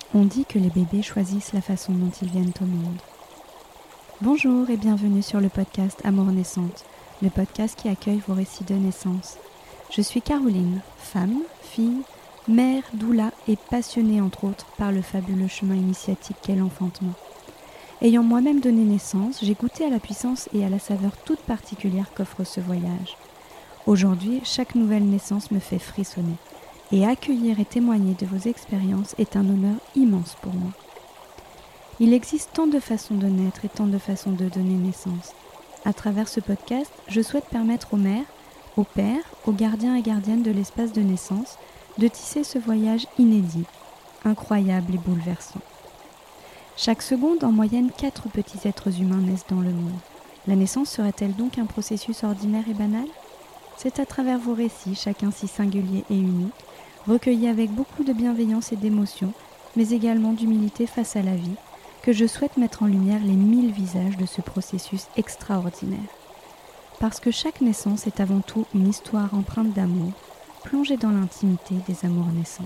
On dit que les bébés choisissent la façon dont ils viennent au monde. Bonjour et bienvenue sur le podcast Amour naissante, le podcast qui accueille vos récits de naissance. Je suis Caroline, femme, fille, mère, doula et passionnée entre autres par le fabuleux chemin initiatique qu'est l'enfantement. Ayant moi-même donné naissance, j'ai goûté à la puissance et à la saveur toute particulière qu'offre ce voyage. Aujourd'hui, chaque nouvelle naissance me fait frissonner. Et accueillir et témoigner de vos expériences est un honneur immense pour moi. Il existe tant de façons de naître et tant de façons de donner naissance. À travers ce podcast, je souhaite permettre aux mères, aux pères, aux gardiens et gardiennes de l'espace de naissance de tisser ce voyage inédit, incroyable et bouleversant. Chaque seconde, en moyenne, 4 petits êtres humains naissent dans le monde. La naissance serait-elle donc un processus ordinaire et banal ? C'est à travers vos récits, chacun si singulier et unique, recueillis avec beaucoup de bienveillance et d'émotion, mais également d'humilité face à la vie, que je souhaite mettre en lumière les 1000 visages de ce processus extraordinaire. Parce que chaque naissance est avant tout une histoire empreinte d'amour, plongée dans l'intimité des amours naissantes.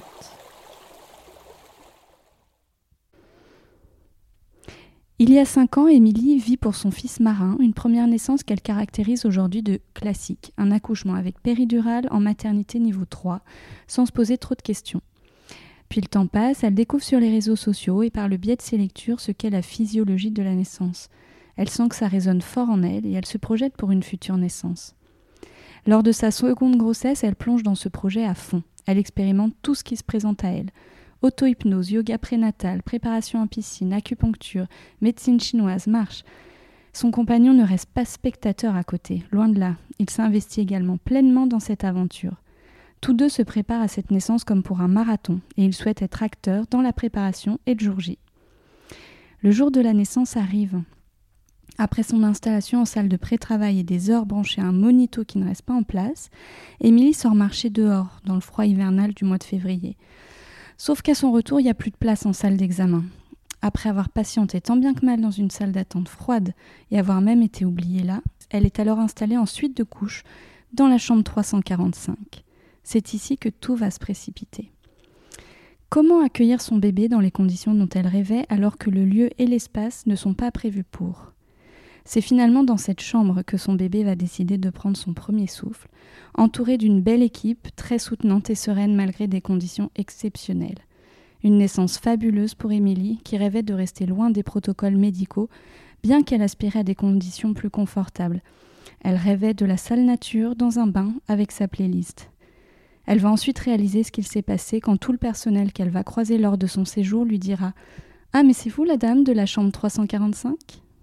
Il y a 5 ans, Émilie vit pour son fils Marin une première naissance qu'elle caractérise aujourd'hui de classique, un accouchement avec péridurale en maternité niveau 3, sans se poser trop de questions. Puis le temps passe, elle découvre sur les réseaux sociaux et par le biais de ses lectures ce qu'est la physiologie de la naissance. Elle sent que ça résonne fort en elle et elle se projette pour une future naissance. Lors de sa seconde grossesse, elle plonge dans ce projet à fond. Elle expérimente tout ce qui se présente à elle. Auto-hypnose, yoga prénatal, préparation en piscine, acupuncture, médecine chinoise, marche. Son compagnon ne reste pas spectateur à côté, loin de là. Il s'investit également pleinement dans cette aventure. Tous deux se préparent à cette naissance comme pour un marathon et ils souhaitent être acteurs dans la préparation et le jour J. Le jour de la naissance arrive. Après son installation en salle de pré-travail et des heures branchées à un monito qui ne reste pas en place, Émilie sort marcher dehors dans le froid hivernal du mois de février. Sauf qu'à son retour, il n'y a plus de place en salle d'examen. Après avoir patienté tant bien que mal dans une salle d'attente froide et avoir même été oubliée là, elle est alors installée en suite de couches dans la chambre 345. C'est ici que tout va se précipiter. Comment accueillir son bébé dans les conditions dont elle rêvait alors que le lieu et l'espace ne sont pas prévus pour ? C'est finalement dans cette chambre que son bébé va décider de prendre son premier souffle, entouré d'une belle équipe très soutenante et sereine malgré des conditions exceptionnelles. Une naissance fabuleuse pour Émilie qui rêvait de rester loin des protocoles médicaux, bien qu'elle aspirait à des conditions plus confortables. Elle rêvait de la salle nature dans un bain avec sa playlist. Elle va ensuite réaliser ce qu'il s'est passé quand tout le personnel qu'elle va croiser lors de son séjour lui dira « Ah, mais c'est vous la dame de la chambre 345 ?»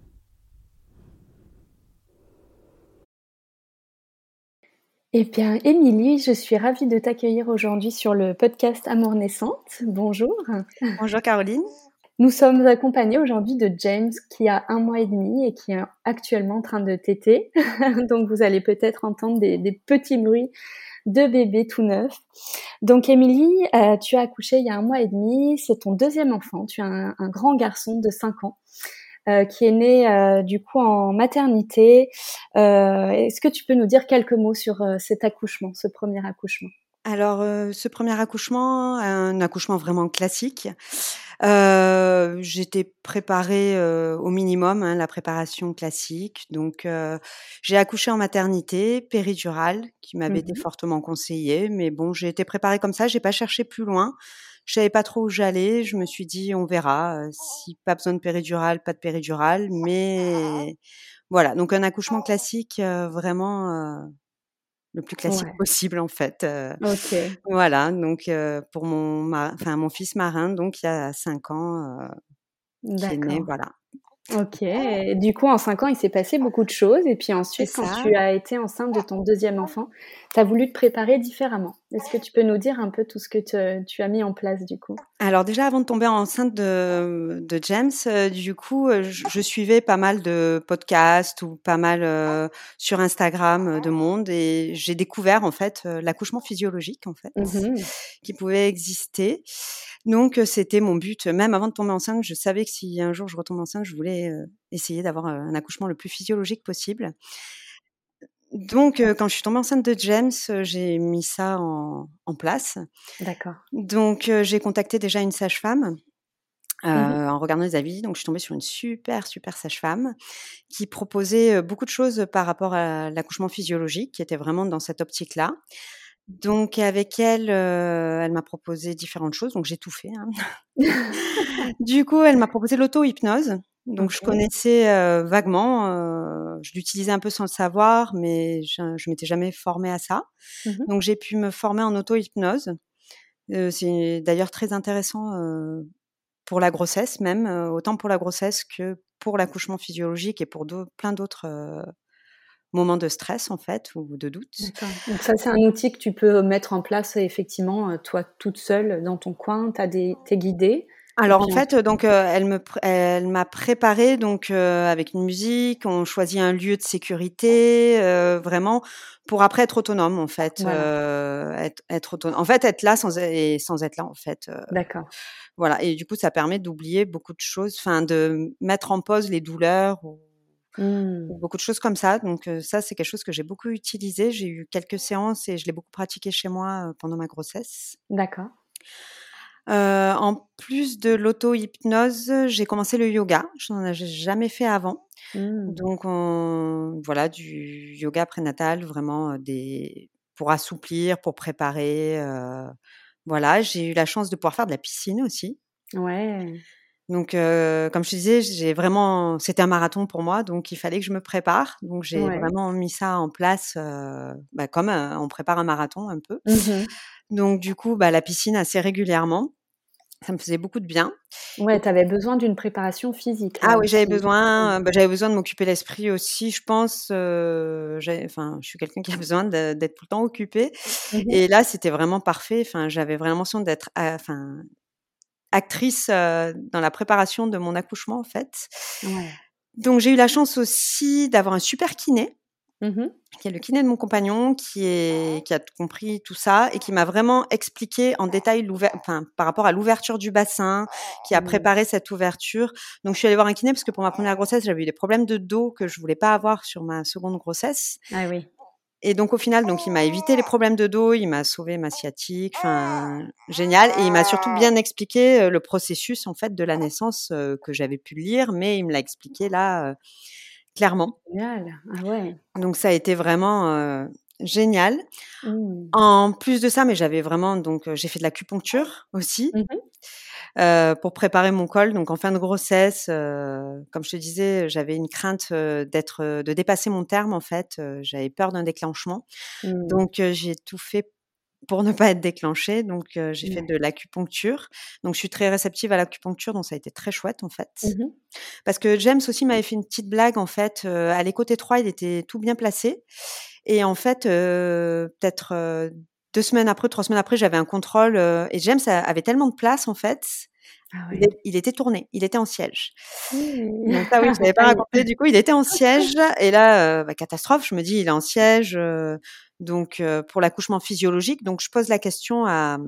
Eh bien, Émilie, je suis ravie de t'accueillir aujourd'hui sur le podcast Amour naissante. Bonjour. Bonjour Caroline. Nous sommes accompagnés aujourd'hui de James qui a 1 mois et demi et qui est actuellement en train de téter. Donc, vous allez peut-être entendre des petits bruits de bébé tout neuf. Donc, Émilie, tu as accouché il y a 1 mois et demi. C'est ton deuxième enfant. Tu as un grand garçon de 5 ans. Qui est né du coup en maternité. Est-ce que tu peux nous dire quelques mots sur cet accouchement, ce premier accouchement ? Alors, ce premier accouchement, un accouchement vraiment classique. J'étais préparée au minimum, la préparation classique. Donc, j'ai accouché en maternité, péridurale, qui m'avait été fortement conseillée. Mais bon, j'ai été préparée comme ça, j'ai pas cherché plus loin. Je savais pas trop où j'allais. Je me suis dit: «On verra, si pas besoin de péridurale, pas de péridurale». Mais voilà, donc un accouchement classique, vraiment, le plus classique Ouais. possible en fait, OK. voilà donc pour mon fils Marin donc il y a 5 ans, qui est né, D'accord. voilà. OK. Et du coup, en 5 ans, il s'est passé beaucoup de choses et puis C'est ensuite, quand ça. tu as été enceinte de ton deuxième enfant, tu as voulu te préparer différemment. Est-ce que tu peux nous dire un peu tout ce que tu as mis en place du coup ? Alors déjà avant de tomber enceinte de James, du coup, je suivais pas mal de podcasts ou pas mal, sur Instagram, de monde et j'ai découvert en fait, l'accouchement physiologique en fait, Mmh. qui pouvait exister. Donc c'était mon but, même avant de tomber enceinte, je savais que si un jour je retombe enceinte, je voulais, essayer d'avoir, un accouchement le plus physiologique possible. Donc quand je suis tombée enceinte de James, j'ai mis ça en place. D'accord. Donc j'ai contacté déjà une sage-femme en regardant les avis. Donc je suis tombée sur une super sage-femme qui proposait, beaucoup de choses par rapport à l'accouchement physiologique, qui était vraiment dans cette optique-là. Donc avec elle, elle m'a proposé différentes choses, donc j'ai tout fait, hein. Du coup, elle m'a proposé l'auto-hypnose. Donc je OK. connaissais, vaguement, je l'utilisais un peu sans le savoir, mais je m'étais jamais formée à ça. Mmh. Donc j'ai pu me former en auto-hypnose. C'est d'ailleurs très intéressant, pour la grossesse même, autant pour la grossesse que pour l'accouchement physiologique et pour plein d'autres, moments de stress en fait ou de doute. D'accord. Donc ça, c'est un outil que tu peux mettre en place, effectivement, toi toute seule dans ton coin. Tu es guidée et Alors en puis fait, ensuite donc, elle m'a préparée donc, avec une musique, on choisit un lieu de sécurité, vraiment pour après être autonome en fait, voilà, être autonome en fait, être là sans être là en fait, d'accord. voilà et du coup ça permet d'oublier beaucoup de choses, enfin de mettre en pause les douleurs Mmh. ou beaucoup de choses comme ça donc, ça c'est quelque chose que j'ai beaucoup utilisé. J'ai eu quelques séances et je l'ai beaucoup pratiqué chez moi, pendant ma grossesse. D'accord. En plus de l'auto-hypnose, j'ai commencé le yoga. Je n'en avais jamais fait avant. Mmh. Donc voilà, du yoga prénatal, vraiment, des pour assouplir, pour préparer, voilà. J'ai eu la chance de pouvoir faire de la piscine aussi. Ouais. Donc comme je te disais, c'était un marathon pour moi, donc il fallait que je me prépare. Donc j'ai Ouais. vraiment mis ça en place, comme, on prépare un marathon un peu. Mmh. Donc du coup, la piscine assez régulièrement. Ça me faisait beaucoup de bien. Ouais, tu avais besoin d'une préparation physique Ah là oui, aussi. j'avais besoin de m'occuper l'esprit aussi, je pense, je suis quelqu'un qui a besoin d'être tout le temps occupé Mmh mh. et là, c'était vraiment parfait. Enfin, j'avais vraiment l'impression d'être, actrice, dans la préparation de mon accouchement, en fait. Ouais. Donc j'ai eu la chance aussi d'avoir un super kiné, Mmh. qui est le kiné de mon compagnon, qui a compris tout ça et qui m'a vraiment expliqué en détail par rapport à l'ouverture du bassin, qui a Mmh. préparé cette ouverture. Donc je suis allée voir un kiné parce que pour ma première grossesse, j'avais eu des problèmes de dos que je voulais pas avoir sur ma seconde grossesse Ah oui. et donc au final, donc il m'a évité les problèmes de dos, il m'a sauvé ma sciatique, enfin génial et il m'a surtout bien expliqué, le processus en fait de la naissance, que j'avais pu lire, mais il me l'a expliqué là, clairement. Génial. Ah ouais. Donc ça a été vraiment, génial. Mmh. En plus de ça, mais j'avais vraiment donc, j'ai fait de l'acupuncture aussi, Mmh mh. pour préparer mon col. Donc en fin de grossesse, comme je te disais, j'avais une crainte, de dépasser mon terme en fait, j'avais peur d'un déclenchement. Mmh. Donc, j'ai tout fait pour ne pas être déclenchée. Donc, j'ai fait Ouais. de l'acupuncture. Donc je suis très réceptive à l'acupuncture, donc ça a été très chouette en fait. Mmh mh. Parce que James aussi m'avait fait une petite blague en fait, à l'écoute étroit, il était tout bien placé et en fait, peut-être, 2 semaines après, 3 semaines après, j'avais un contrôle, et James avait tellement de place en fait, Ah ouais. il était tourné, il était en siège. Mmh. Donc ça oui, je l'avais pas Aïe. raconté, du coup, il était en siège et là, catastrophe, je me dis: «Il est en siège», pour l'accouchement physiologique, donc je pose la question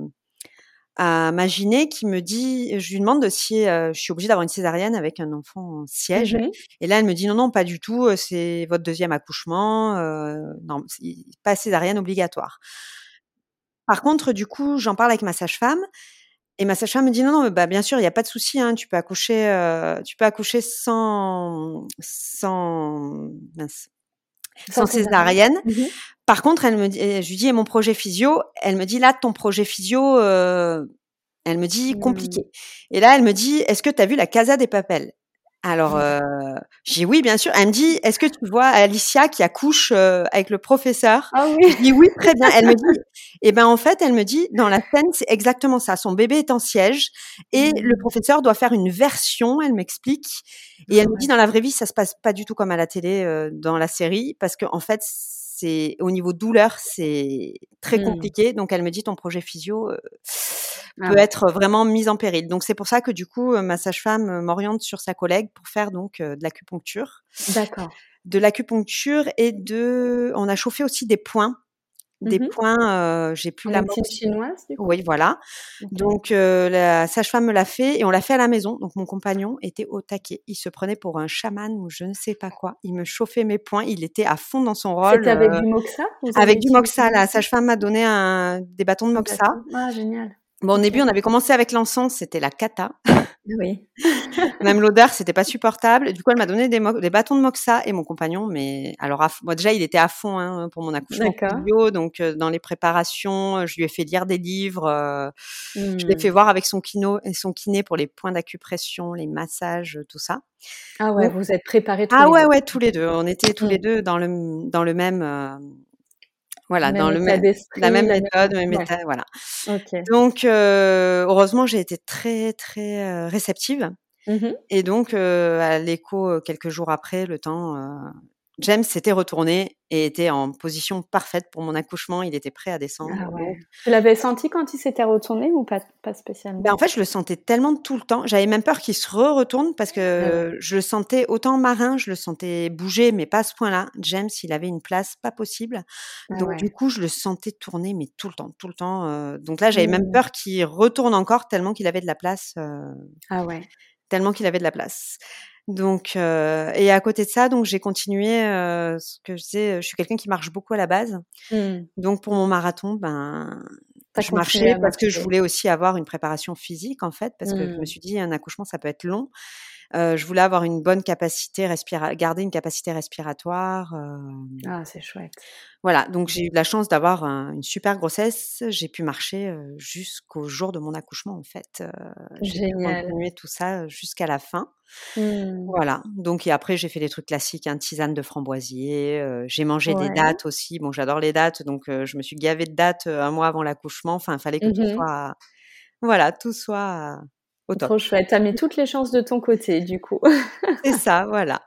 à ma gyné qui me dit je lui demande si, je suis obligée d'avoir une césarienne avec un enfant en Mmh siège mh. et là, elle me dit: «Non, non, pas du tout, c'est votre deuxième accouchement, non, c'est pas césarienne obligatoire». Par contre, du coup, j'en parle avec ma sage-femme et ma sage-femme me dit: «Non, non, bien sûr, il y a pas de souci, hein, tu peux accoucher sans mince, Sans sans césarienne? césarienne». Mmh mh. Par contre, elle me dit je lui dis: «Et mon projet physio?» Elle me dit: «Là, ton projet physio, elle me dit: Mmh. «Compliqué» et là, elle me dit: «Est-ce que tu as vu La Casa de Papel?» Alors, je dis: «Oui, bien sûr». Elle me dit: «Est-ce que tu vois Alicia qui accouche, avec le professeur?» Ah Je oui! dis: «Oui, très bien». Elle me dit et ben, en fait, elle me dit: «Dans la scène, c'est exactement ça. Son bébé est en siège et le Mmh. professeur doit faire une version», elle m'explique et elle Ah me dit: ouais. «Dans la vraie vie, ça se passe pas du tout comme à la télé, dans la série parce qu'en fait, c'est au niveau douleur, c'est très Mmh. compliqué». Donc elle me dit: «Ton projet physio, Ah peut ouais. être vraiment mis en péril». Donc c'est pour ça que du coup, ma sage-femme, m'oriente sur sa collègue pour faire donc, de l'acupuncture. D'accord. De l'acupuncture et on a chauffé aussi des points. Mmh Des mh. points, j'ai plus En la médecine morse chinoise, du coup? oui, voilà. OK. Donc la sage-femme me l'a fait et on l'a fait à la maison. Donc mon compagnon était au taquet. Il se prenait pour un chaman ou je ne sais pas quoi. Il me chauffait mes poings. Il était à fond dans son rôle, C'était avec du Moxa? Vous avez avec du utilisé Moxa. du La Moxa? sage-femme m'a donné des bâtons de Des Moxa. bâtons? Ah génial. Bon, au début, on avait commencé avec l'encens, c'était la cata. Oui. Même l'odeur, c'était pas supportable. Du coup, elle m'a donné des bâtons de moxa et mon compagnon, mais alors moi déjà, il était à fond hein, pour mon accouchement D'accord. physio, donc dans les préparations, je lui ai fait lire des livres, je l'ai fait Mmh. voir avec son kiné pour les points d'acupression, les massages, tout ça. Ah ouais, Donc vous êtes préparés tous ah les ouais, 2. ouais, tous les 2. On était tous les Mmh. 2 dans le même, voilà, Même dans état la d'esprit, même la même méthode, même ouais, état, voilà. OK. Donc heureusement, j'ai été très, très, réceptive. Mmh. Et donc, à l'écho, quelques jours après, le temps, James s'était retourné et était en position parfaite pour mon accouchement. Il était prêt à Ah descendre, donc ouais. Tu l'avais senti quand il s'était retourné ou pas ben, spécialement? en fait, je le sentais tellement tout le temps. J'avais même peur qu'il se retourne parce Ah ouais. que je le sentais autant marin, je le sentais bouger, mais pas à ce point-là. James, il avait une place pas possible. Ah Donc du ouais. coup, je le sentais tourner, mais tout le temps, tout le temps, donc là, j'avais même Mmh. peur qu'il retourne encore tellement qu'il avait de la place, Ah ouais. tellement qu'il avait de la place. Donc et à côté de ça, donc j'ai continué, ce que je disais, je suis quelqu'un qui marche beaucoup à la base. Mmh. Donc pour mon marathon, ben, Tu as je continué marchais à parce que je marcher. voulais aussi avoir une préparation physique, en fait, parce que je me Mmh. suis dit: «Un accouchement, ça peut être long». Je voulais avoir une bonne capacité garder une capacité respiratoire, Ah, c'est chouette. voilà, donc j'ai eu de la chance d'avoir une super grossesse. J'ai pu marcher, jusqu'au jour de mon accouchement, en fait, j'ai pu Génial. continuer tout ça, jusqu'à la fin. Mmh. Voilà, donc et après j'ai fait des trucs classiques, hein, tisane de framboisier, j'ai mangé des Ouais. dattes aussi. Bon, j'adore les dattes, donc je me suis gavée de dattes, 1 mois avant l'accouchement. Enfin, il fallait que tout Mmh. soit voilà, tout soit, au top. Trop chouette. Tu as mis toutes les chances de ton côté, du coup. C'est ça, voilà.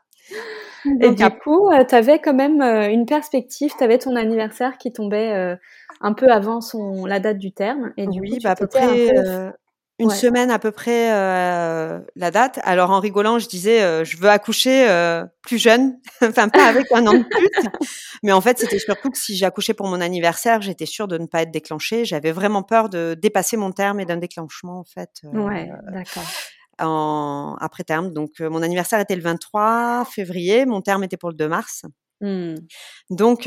Et Donc du coup, tu avais quand même, une perspective. Tu avais ton anniversaire qui tombait, un peu avant la date du terme et du coup, oui, tu bah, à peu t'étais un près, peu une ouais. semaine à peu près, la date. Alors en rigolant, je disais, «Je veux accoucher, plus jeune», enfin pas avec 1 an de plus, mais en fait, c'était surtout que si j'accouchais pour mon anniversaire, j'étais sûre de ne pas être déclenchée. J'avais vraiment peur de dépasser mon terme et d'un déclenchement, en fait, Ouais, d'accord. en après terme. Donc mon anniversaire était le 23 février, mon terme était pour le 2 mars. Mmh. Donc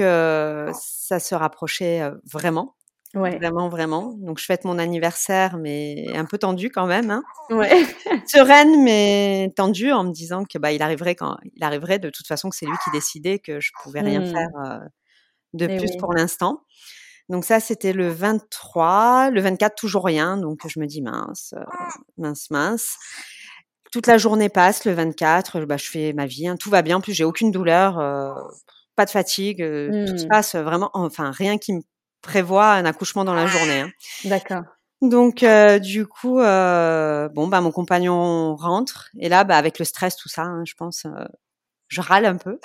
ça se rapprochait, vraiment. Ouais. Vraiment, vraiment. Donc je fête mon anniversaire, mais un peu tendue quand même, hein. Ouais. Sereine, mais tendue en me disant que, bah, il arriverait de toute façon, que c'est lui qui décidait, que je pouvais rien faire, Mmh. de Et plus oui. pour l'instant. Donc ça, c'était le 23. Le 24, toujours rien. Donc je me dis: «Mince, mince, mince». Toute la journée passe, le 24, bah, je fais ma vie, hein, tout va bien. En plus, j'ai aucune douleur, pas de fatigue, tout se Mmh. passe vraiment enfin, rien qui me prévoit un accouchement dans la journée, hein. D'accord. Donc du coup, bon, bah, mon compagnon rentre et là, bah, avec le stress, tout ça, hein, je pense, je râle un peu.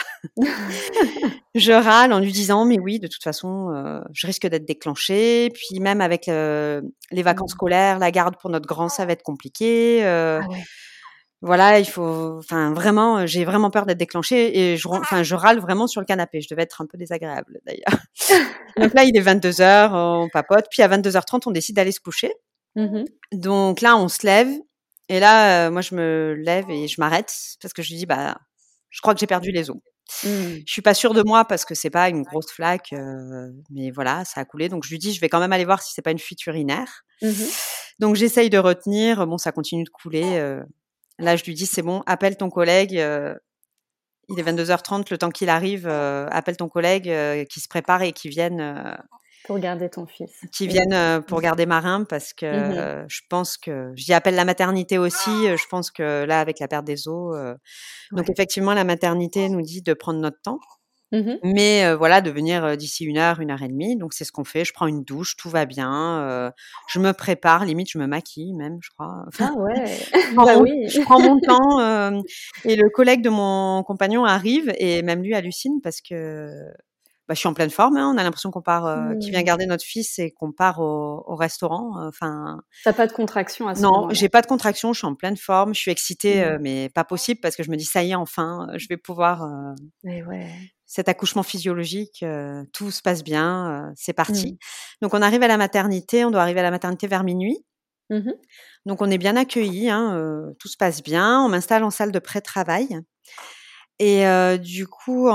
Je râle en lui disant: «Mais oui, de toute façon, je risque d'être déclenchée, puis même avec, les vacances Mmh. scolaires, la garde pour notre grand, ça va être compliqué, Ah ouais. voilà, il faut enfin vraiment, j'ai vraiment peur d'être déclenchée» et je râle vraiment sur le canapé. Je devais être un peu désagréable d'ailleurs. Donc là, il est 22:00, on papote, puis à 22:30, on décide d'aller se coucher. Mmh mh. Donc là, on se lève et là, moi, je me lève et je m'arrête parce que je lui dis: «Bah, je crois que j'ai perdu les os». Mmh. Je suis pas sûre de moi parce que c'est pas une grosse flaque, mais voilà, ça a coulé. Donc je lui dis: «Je vais quand même aller voir si c'est pas une fuite urinaire». Mmh mh. Donc j'essaye de retenir, bon, ça continue de couler, là, je lui dis: «C'est bon, appelle ton collègue, il est 22:30, le temps qu'il arrive, appelle ton collègue, qu'il se prépare et Pour garder ton fils qu'il et du vienne, coup pour garder Marin parce mmh mh. que je pense que» je dis: «Appelle la maternité aussi, je pense que là, avec la perte des os», donc Ouais. effectivement, la maternité nous dit de prendre notre temps, Mmh mh. mais voilà, de venir, d'ici 1 heure et demie. Donc c'est ce qu'on fait. Je prends une douche, tout va bien, je me prépare, limite je me maquille même, je crois. Enfin, Ah ouais, bah oui. je prends mon temps, et le collègue de mon compagnon arrive et même lui hallucine parce que bah, je suis en pleine forme, hein. On a l'impression qu'on part, qu'il vient Mmh. garder notre fils et qu'on part au restaurant, enfin Tu as pas de contraction à ce non, moment-là? j'ai pas de contraction, je suis en pleine forme, je suis excitée, Mmh. mais pas possible parce que je me dis: «Ça y est, enfin, je vais pouvoir, Et ouais. cet accouchement physiologique, tout se passe bien, c'est parti». Mmh. Donc on arrive à la maternité, on doit arriver à la maternité vers minuit. Mmh mh. Donc on est bien accueillis, hein, tout se passe bien. On m'installe en salle de pré-travail et du coup,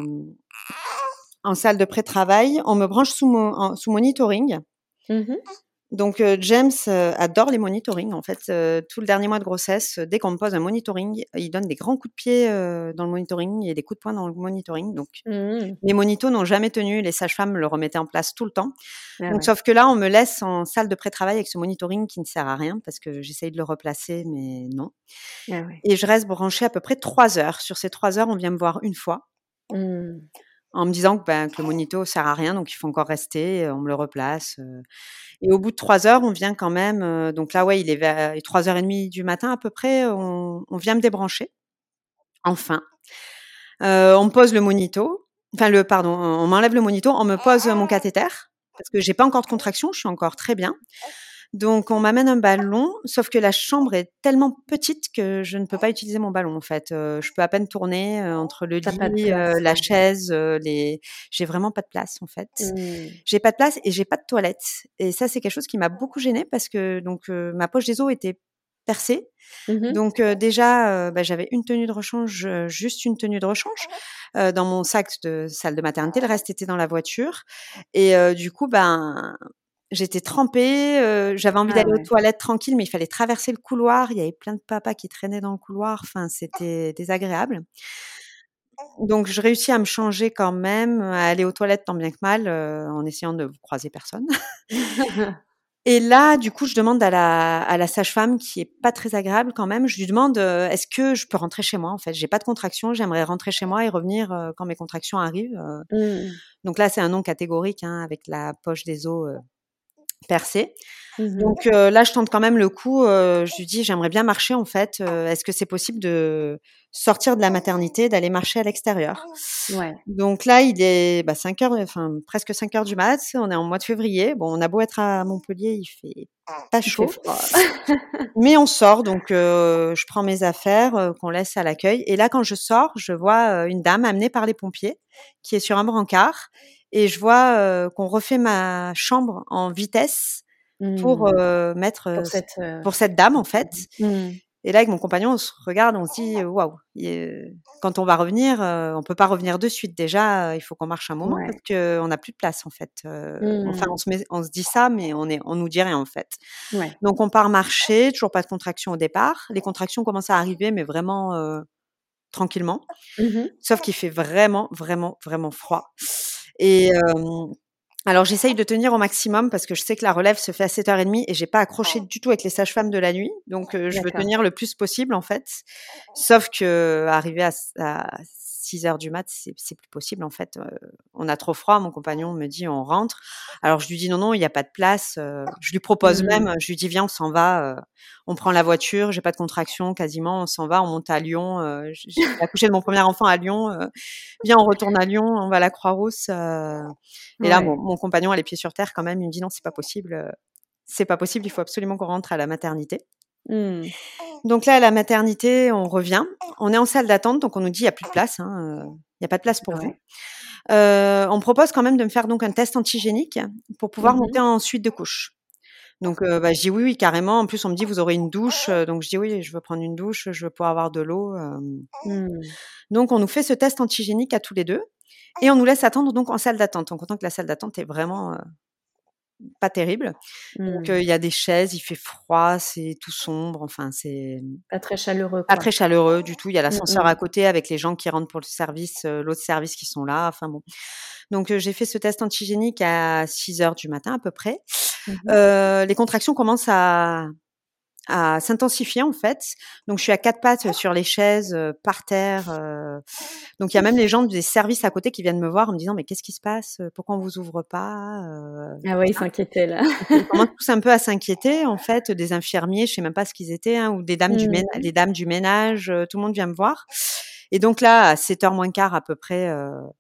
en salle de pré-travail, on me branche sous monitoring. Mmh mh. Donc James adore les monitorings. En fait, tout le dernier mois de grossesse, dès qu'on me pose un monitoring, il donne des grands coups de pied dans le monitoring et des coups de poing dans le monitoring. Donc mes monitos n'ont jamais tenu. Les sages-femmes le remettaient en place tout le temps. Donc sauf que là, on me laisse en salle de pré-travail avec ce monitoring qui ne sert à rien parce que j'essaye de le replacer, mais non. Et je reste branchée à peu près 3 heures. Sur ces 3 heures, on vient me voir une fois. En me disant que le monito sert à rien, donc il faut encore rester, on me le replace. Et au bout de 3 heures, on vient quand même, donc là, il est vers 3h30 du matin à peu près, on vient me débrancher, enfin. On me pose le monito, on m'enlève le monito, on me pose mon cathéter, parce que j'ai pas encore de contraction, je suis encore très bien. Donc on m'amène un ballon, sauf que la chambre est tellement petite que je ne peux pas utiliser mon ballon en fait. Je peux à peine tourner entre le lit, la chaise, j'ai vraiment pas de place en fait. J'ai pas de place et j'ai pas de toilette. Et ça c'est quelque chose qui m'a beaucoup gênée parce que donc ma poche des os était percée. Donc déjà j'avais une tenue de rechange, juste une tenue de rechange dans mon sac de salle de maternité. Le reste était dans la voiture et du coup j'étais trempée, j'avais envie d'aller aux toilettes tranquille, mais il fallait traverser le couloir. Il y avait plein de papas qui traînaient dans le couloir. Enfin, c'était désagréable. Donc, je réussis à me changer quand même, à aller aux toilettes tant bien que mal, en essayant de croiser personne. Et là, du coup, je demande à la sage-femme, qui est pas très agréable quand même, je lui demande est-ce que je peux rentrer chez moi en fait. J'ai pas de contraction, j'aimerais rentrer chez moi et revenir quand mes contractions arrivent. Donc là, c'est un non catégorique avec la poche des os percée. Donc là, je tente quand même le coup. Je lui dis j'aimerais bien marcher en fait. Est-ce que c'est possible de sortir de la maternité, d'aller marcher à l'extérieur? Donc là, il est 5h, enfin presque 5h du mat. On est en mois de février. Bon, on a beau être à Montpellier, il fait pas chaud, mais on sort. Donc je prends mes affaires qu'on laisse à l'accueil. Et là, quand je sors, je vois une dame amenée par les pompiers qui est sur un brancard. Et je vois qu'on refait ma chambre en vitesse pour mettre pour cette dame en fait. Et là avec mon compagnon on se regarde, on se dit waouh, quand on va revenir on peut pas revenir de suite déjà, il faut qu'on marche un moment parce que on n'a plus de place en fait. Enfin on se dit ça mais on nous dit rien en fait. Donc on part marcher, toujours pas de contraction au départ. Les contractions commencent à arriver mais vraiment tranquillement. Sauf qu'il fait vraiment vraiment vraiment froid. Et alors j'essaye de tenir au maximum parce que je sais que la relève se fait à 7h30 et j'ai pas accroché du tout avec les sages-femmes de la nuit. Donc je veux tenir le plus possible en fait. Sauf que arrivé à 6h du mat, c'est plus possible en fait. On a trop froid, mon compagnon me dit on rentre. Alors je lui dis non, il y a pas de place. Je lui propose même, je lui dis viens, on s'en va, on prend la voiture, j'ai pas de contraction quasiment, on s'en va, on monte à Lyon. J'ai accouché de mon premier enfant à Lyon. Viens, on retourne à Lyon, on va à la Croix-Rousse. Et là, mon compagnon a les pieds sur terre quand même. Il me dit non, c'est pas possible. C'est pas possible. Il faut absolument qu'on rentre à la maternité. Donc là, à la maternité, on revient. On est en salle d'attente, donc on nous dit il y a plus de place. Il y a pas de place pour vous. On me propose quand même de me faire donc un test antigénique pour pouvoir monter en suite de couche. Donc je dis oui carrément. En plus, on me dit vous aurez une douche. Donc je dis oui, je veux prendre une douche, je veux pouvoir avoir de l'eau. Donc on nous fait ce test antigénique à tous les deux. Et on nous laisse attendre donc en salle d'attente. En comptant que la salle d'attente est vraiment pas terrible. Donc il y a des chaises, il fait froid, c'est tout sombre. Enfin c'est pas très chaleureux. Pas très chaleureux du tout. Il y a l'ascenseur à côté avec les gens qui rentrent pour le service, l'autre service qui sont là. Enfin bon. Donc j'ai fait ce test antigénique à 6h du matin à peu près. Les contractions commencent à s'intensifier en fait. Donc je suis à 4 pattes sur les chaises, par terre. Donc il y a même les gens des services à côté qui viennent me voir en me disant mais qu'est-ce qui se passe? Pourquoi on vous ouvre pas? Ah ouais, ils s'inquiétaient là. Ils commencent tous un peu à s'inquiéter en fait, des infirmiers, je sais même pas ce qu'ils étaient, ou des dames des dames du ménage, tout le monde vient me voir. Et donc là à 7h moins quart à peu près,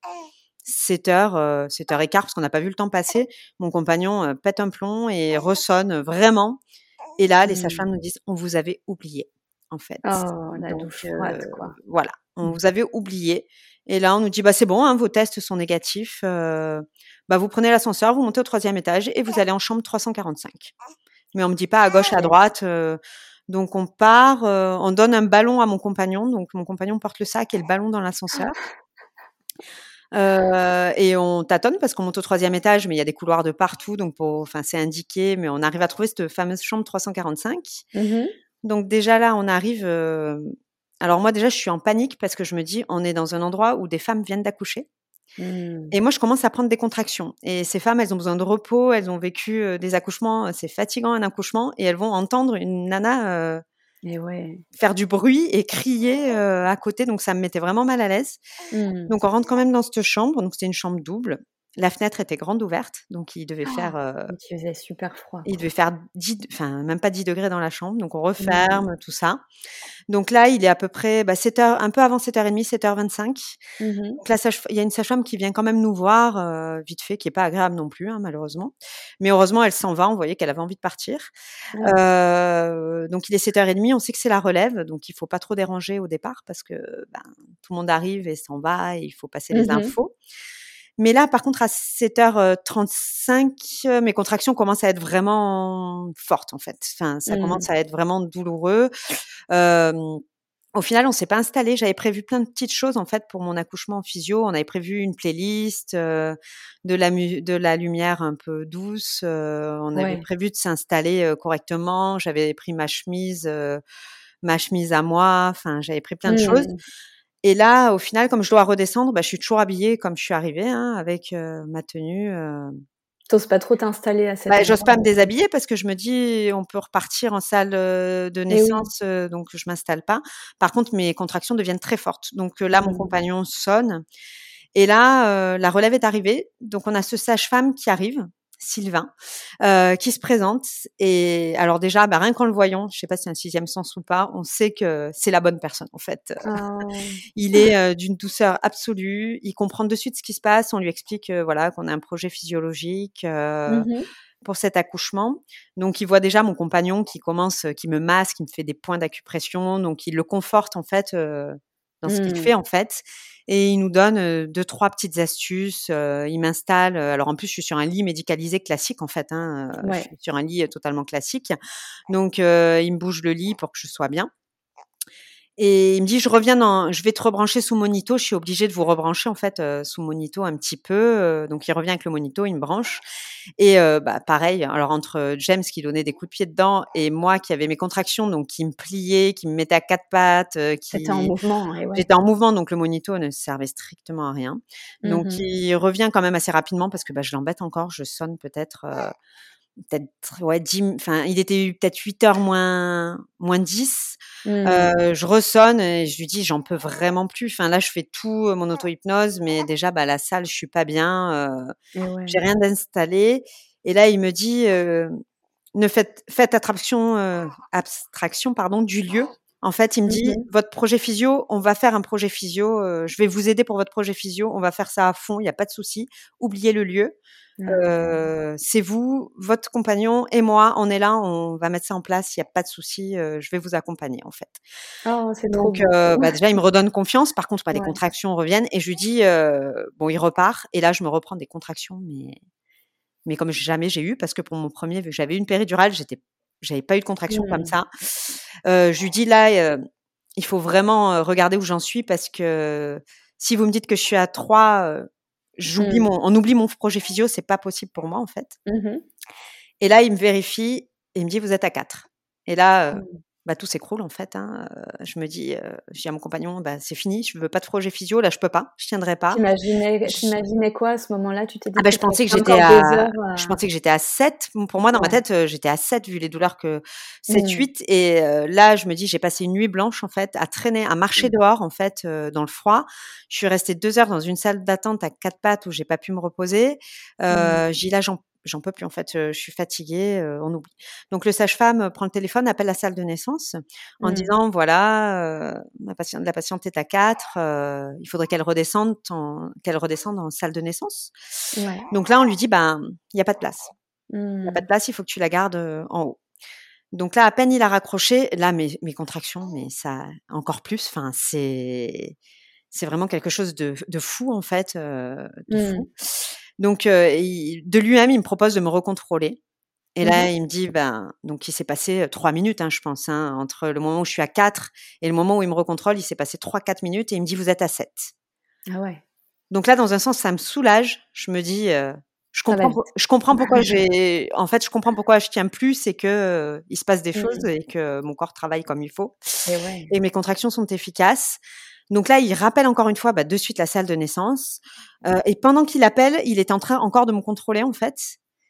7h, 7h15 parce qu'on n'a pas vu le temps passer, mon compagnon pète un plomb et ressonne vraiment. Et là, les sages-femmes nous disent on vous avait oublié en fait. Oh, la douche froide quoi. Voilà, on vous avait oublié. Et là, on nous dit c'est bon, vos tests sont négatifs. Vous prenez l'ascenseur, vous montez au 3e étage et vous allez en chambre 345. Mais on me dit pas à gauche, à droite. Donc on part, on donne un ballon à mon compagnon. Donc mon compagnon porte le sac et le ballon dans l'ascenseur. Et on tâtonne parce qu'on monte au 3e étage, mais il y a des couloirs de partout, donc c'est indiqué, mais on arrive à trouver cette fameuse chambre 345. Donc déjà là, on arrive, alors moi déjà, je suis en panique parce que je me dis: «On est dans un endroit où des femmes viennent d'accoucher». Et moi, je commence à prendre des contractions et ces femmes, elles ont besoin de repos, elles ont vécu, des accouchements, c'est fatigant un accouchement et elles vont entendre une nana, Et ouais. faire du bruit et crier, à côté, donc ça me mettait vraiment mal à l'aise. Donc on rentre quand même dans cette chambre, donc c'était une chambre double. La fenêtre était grande ouverte, donc il devait faire, Il faisait super froid, il quoi. devait faire 10, enfin même pas 10 degrés dans la chambre, donc on referme tout ça. Donc là, il est à peu près, 7h, un peu avant 7h30, 7h25. Donc la il y a une sage-femme qui vient quand même nous voir, vite fait, qui est pas agréable non plus, hein, malheureusement. Mais heureusement, elle s'en va, on voyait qu'elle avait envie de partir. Donc il est 7h30, on sait que c'est la relève, donc il faut pas trop déranger au départ parce que, tout le monde arrive et s'en va et il faut passer les infos. Mais là, par contre, à 7h35, mes contractions commencent à être vraiment fortes, en fait. Enfin, ça commence à être vraiment douloureux. Au final, on s'est pas installé. J'avais prévu plein de petites choses, en fait, pour mon accouchement en physio. On avait prévu une playlist, de la lumière un peu douce. On avait prévu de s'installer, correctement. J'avais pris ma chemise à moi. Enfin, j'avais pris plein de choses. Et là, au final, comme je dois redescendre, je suis toujours habillée comme je suis arrivée, hein, avec, ma tenue, T'oses pas trop t'installer à cet endroit? j'ose pas me déshabiller parce que je me dis: «On peut repartir en salle, de Eh oui. naissance», donc je m'installe pas. Par contre, mes contractions deviennent très fortes. Donc là, mon compagnon sonne et là, la relève est arrivée. Donc on a ce sage-femme qui arrive, Sylvain, qui se présente et alors déjà, rien qu'en le voyant, je sais pas si c'est un 6e sens ou pas, on sait que c'est la bonne personne, en fait. Il est, d'une douceur absolue, il comprend de suite ce qui se passe, on lui explique, voilà, qu'on a un projet physiologique, pour cet accouchement. Donc il voit déjà mon compagnon qui commence, qui me masse, qui me fait des points d'acupression, donc il le conforte, en fait, dans ce qu'il fait, en fait et il nous donne, 2-3 petites astuces, il m'installe, alors en plus je suis sur un lit médicalisé classique, en fait, hein, je suis sur un lit, totalement classique. Donc il me bouge le lit pour que je sois bien. Et il me dit: je vais te rebrancher sous monito. Je suis obligée de vous rebrancher, en fait, sous monito un petit peu», donc il revient avec le monito, il me branche et pareil, alors entre James qui donnait des coups de pied dedans et moi qui avais mes contractions, donc qui me pliait, qui me mettait à 4 pattes, T'étais en mouvement et j'étais en mouvement, donc le monito ne servait strictement à rien. Donc il revient quand même assez rapidement parce que, je l'embête encore. Je sonne peut-être, ouais 10, enfin il était peut-être 8h moins 10. Je ressonne et je lui dis: «J'en peux vraiment plus». Enfin là, je fais tout, mon auto-hypnose, mais déjà, la salle, je suis pas bien, Et ouais. j'ai rien d'installé et là, il me dit, ne faites abstraction, pardon, du lieu. En fait, il me dit: «Votre projet physio, on va faire un projet physio, je vais vous aider pour votre projet physio, on va faire ça à fond, il y a pas de souci. Oubliez le lieu. C'est vous, votre compagnon et moi, on est là, on va mettre ça en place, il y a pas de souci, je vais vous accompagner, en fait». Oh, c'est trop Donc beau. déjà, il me redonne confiance. Par contre, les Ouais. contractions reviennent et je lui dis, bon, il repart et là, je me reprends des contractions, mais comme jamais j'ai eu parce que pour mon premier, vu que j'avais une péridurale, j'avais pas eu de contractions comme ça. Je lui dis: «Là, il faut vraiment, regarder où j'en suis parce que si vous me dites que je suis à 3, on oublie mon projet physio, c'est pas possible pour moi, en fait». Et là, il me vérifie et il me dit: «Vous êtes à 4». Et là, tout s'écroule, en fait, hein, je me dis, je dis à mon compagnon: «C'est fini, je veux pas de projet physio, là, je peux pas, je tiendrai pas». T'imaginais quoi à ce moment-là? Tu t'es dit: Je «Peut-être pensais que rester j'étais encore des à heures je à». pensais que j'étais à 7. Pour moi, dans ma Ouais. tête, j'étais à 7 vu les douleurs que 7-8 et là, je me dis: «J'ai passé une nuit blanche, en fait, à traîner, à marcher dehors, en fait, dans le froid». Je suis restée 2 heures dans une salle d'attente à 4 pattes où j'ai pas pu me reposer. J'ai dit: «Là, j'en peux plus, en fait, je suis fatiguée, on oublie». Donc le sage-femme prend le téléphone, appelle la salle de naissance en disant: «Voilà, la patiente est à 4, il faudrait qu'elle redescende en salle de naissance». Ouais. Donc là, on lui dit: il y a pas de place. Il y a pas de Mmh. place, il faut que tu la gardes, en haut». Donc là, à peine il a raccroché, là, mes contractions, mais ça encore plus, enfin, c'est vraiment quelque chose de fou, en fait, de fou. Donc de lui-même, il me propose de me recontrôler et là, il me dit, donc il s'est passé, 3 minutes, hein, je pense, hein, entre le moment où je suis à 4 et le moment où il me recontrôle, il s'est passé 3-4 minutes et il me dit: «Vous êtes à 7». Ah ouais. Donc là, dans un sens, ça me soulage. Je me dis, je Ça va comprends vite. je comprends pourquoi je comprends pourquoi je tiens plus, c'est que, il se passe des choses et que mon corps travaille comme il faut Et ouais. et mes contractions sont efficaces. Donc là, il rappelle encore une fois, de suite la salle de naissance, et pendant qu'il appelle, il est en train encore de me contrôler, en fait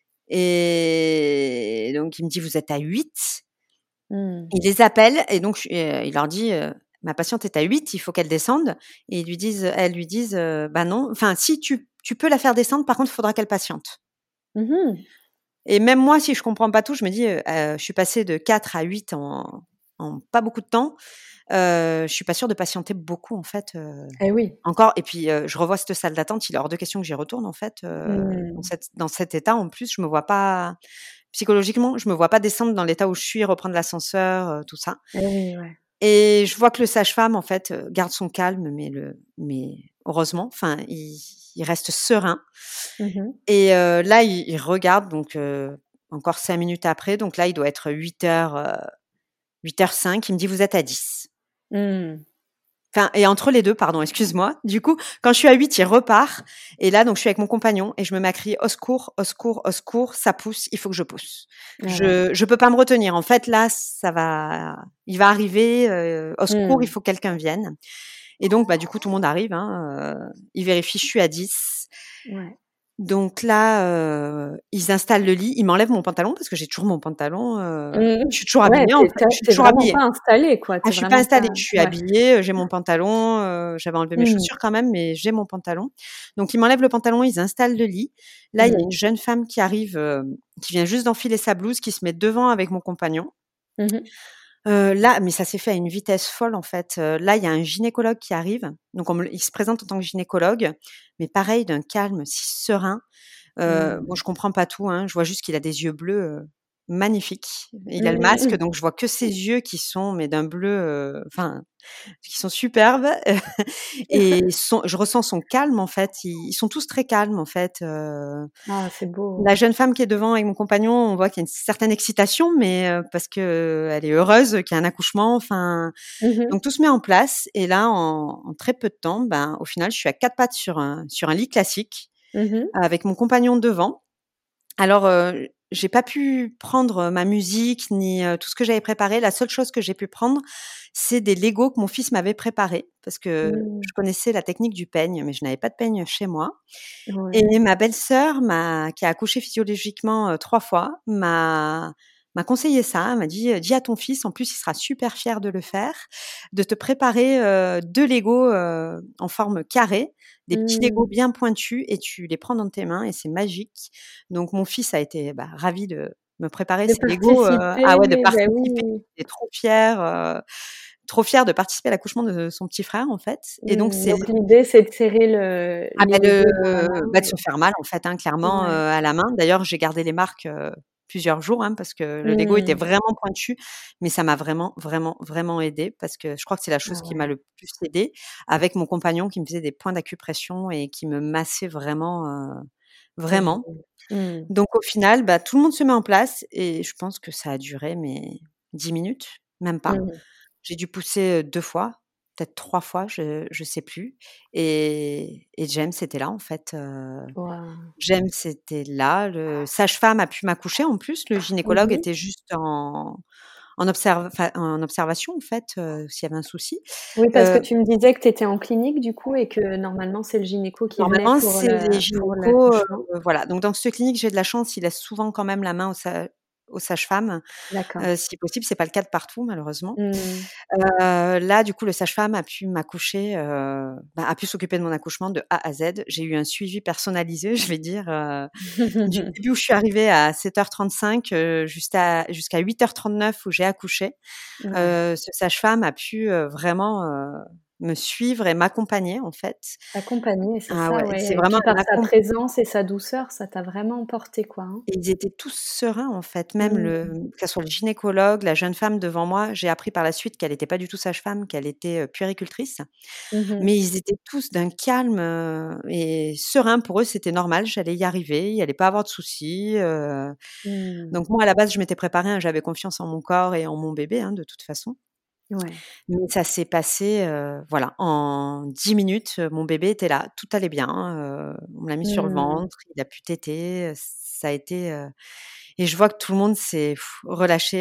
et donc il me dit: «Vous êtes à 8». Mmh. Il les appelle et donc il leur dit, «Ma patiente est à 8, il faut qu'elle descende» et elles lui disent, «Bah non, enfin si tu peux la faire descendre, par contre, il faudra qu'elle patiente». Mmh. Et même moi, si je comprends pas tout, je me dis, je suis passée de 4 à 8 en pas beaucoup de temps. Je suis pas sûre de patienter beaucoup en fait, Et oui. encore et puis, je revois cette salle d'attente, il est hors de question que j'y retourne en fait, Mmh. dans cet état en plus, je me vois pas psychologiquement, je me vois pas descendre dans l'état où je suis, reprendre l'ascenseur, tout ça Et oui, ouais. et je vois que le sage-femme en fait, garde son calme mais heureusement, enfin il reste serein Mmh. et là il regarde donc encore 5 minutes après, donc là il doit être 8h05, il me dit: «Vous êtes à 10». Mmh. Enfin et entre les 2, pardon, excuse-moi. Du coup, quand je suis à 8, il repart et là, donc je suis avec mon compagnon et je me mets à crier: «Au secours, au secours, au secours, ça pousse, il faut que je pousse». Ah ouais. Je peux pas me retenir. En fait, là, il va arriver, au secours, il Mmh. faut que quelqu'un vienne et donc du coup, tout le monde arrive, hein, ils vérifient, je suis à 10. Ouais. Donc là, ils installent le lit, ils m'enlèvent mon pantalon parce que j'ai toujours mon pantalon, Mmh. je suis toujours Ouais, habillée, en fait, je suis tu toujours vraiment pas habillée. installée, quoi. Ah, Tu je suis pas vraiment pas installée, je suis ouais. habillée, j'ai mon pantalon, j'avais enlevé mes Mmh. chaussures quand même, mais j'ai mon pantalon. Donc ils m'enlèvent le pantalon, ils installent le lit. Là, il y a Mmh. une jeune femme qui arrive, qui vient juste d'enfiler sa blouse, qui se met devant avec mon compagnon. Mmh mh. Là mais ça s'est fait à une vitesse folle, en fait, là, il y a un gynécologue qui arrive, donc il se présente en tant que gynécologue, mais pareil, d'un calme si serein. Bon, Mmh. je comprends pas tout, hein. Je vois juste qu'il a des yeux bleus, magnifiques. Il a le Mmh masque, mh. donc je vois que ses yeux qui sont mais d'un bleu, enfin, qui sont superbes et je ressens son calme, en fait. Ils sont tous très calmes, en fait, Ah, c'est beau. la jeune femme qui est devant avec mon compagnon, on voit qu'il y a une certaine excitation, mais parce qu'elle est heureuse qu'il y a un accouchement, enfin, Mmh mh. donc tout se met en place et là, en très peu de temps, au final, je suis à 4 pattes sur un lit classique Mmh mh. avec mon compagnon devant. Alors, j'ai pas pu prendre ma musique ni, tout ce que j'avais préparé. La seule chose que j'ai pu prendre, c'est des Legos que mon fils m'avait préparés parce que Mmh. je connaissais la technique du peigne, mais je n'avais pas de peigne chez moi Ouais. et ma belle-sœur qui a accouché physiologiquement, 3 fois, m'a conseillé ça. Elle m'a dit: «Dis à ton fils, en plus il sera super fier de le faire, de te préparer, 2 Legos, en forme carrée, des petits Legos Mmh. bien pointus et tu les prends dans tes mains et c'est magique». Donc mon fils a été, ravi de me préparer De ces Legos, participer, ah ouais, de bah participer. oui. Il est trop fier de participer à l'accouchement de son petit frère, en fait et donc Mmh. c'est Donc l'idée, c'est de serrer les Legos dans la de main se faire mal, en fait, hein, clairement, ouais. à la main. D'ailleurs, j'ai gardé les marques, plusieurs jours, hein, parce que le Lego était Mmh. vraiment pointu, mais ça m'a vraiment, vraiment, vraiment aidée parce que je crois que c'est la chose Ah qui m'a ouais. le plus aidée, avec mon compagnon qui me faisait des points d'acupression et qui me massait vraiment, C'est vraiment. génial. Mmh. Donc au final, tout le monde se met en place et je pense que ça a duré, mais 10 minutes, même pas. Mmh. J'ai dû pousser, 2 fois, peut-être 3 fois, je sais plus et James était là, en fait, Waouh. James était là, le sage-femme a pu m'accoucher, en plus, le Mmh gynécologue mh. était juste en observation, en fait, s'il y avait un souci. Oui, parce que Heu, tu me disais que tu étais en clinique du coup et que normalement, c'est le gynéco qui venait Normalement, c'est les pour gynécos, l'accouchement? voilà, donc dans cette clinique, j'ai de la chance, ils laissent souvent quand même la main aux sages-femmes, D'accord. si possible. C'est pas le cas de partout, malheureusement. Mmh. Là, du coup, le sage-femme a pu m'accoucher, a pu s'occuper de mon accouchement de A à Z. J'ai eu un suivi personnalisé, je vais dire, du début où je suis arrivée à 7h35, jusqu'à 8h39 où j'ai accouché. Ouais. Ce sage-femme a pu, vraiment, me suivre et m'accompagner, en fait. T'accompagner, c'est Ah ça, ouais, c'est ouais et vraiment puis un par sa présence et sa douceur, ça t'a vraiment porté quoi, hein? et ils étaient tous sereins, en fait, même Mmh. que ça soit le gynécologue, la jeune femme devant moi. J'ai appris par la suite qu'elle était pas du tout sage-femme, qu'elle était, puéricultrice. Mmh mh. Mais ils étaient tous d'un calme, et serein. Pour eux, c'était normal, j'allais y arriver, il allait pas avoir de soucis, Mmh. donc moi, à la base, je m'étais préparée, hein, j'avais confiance en mon corps et en mon bébé, hein, de toute façon Ouais. Mais ça s'est passé, voilà, en 10 minutes, mon bébé était là, tout allait bien, on me l'a mis sur le Mmh. ventre, il a pu téter, ça a été, et je vois que tout le monde s'est relâché,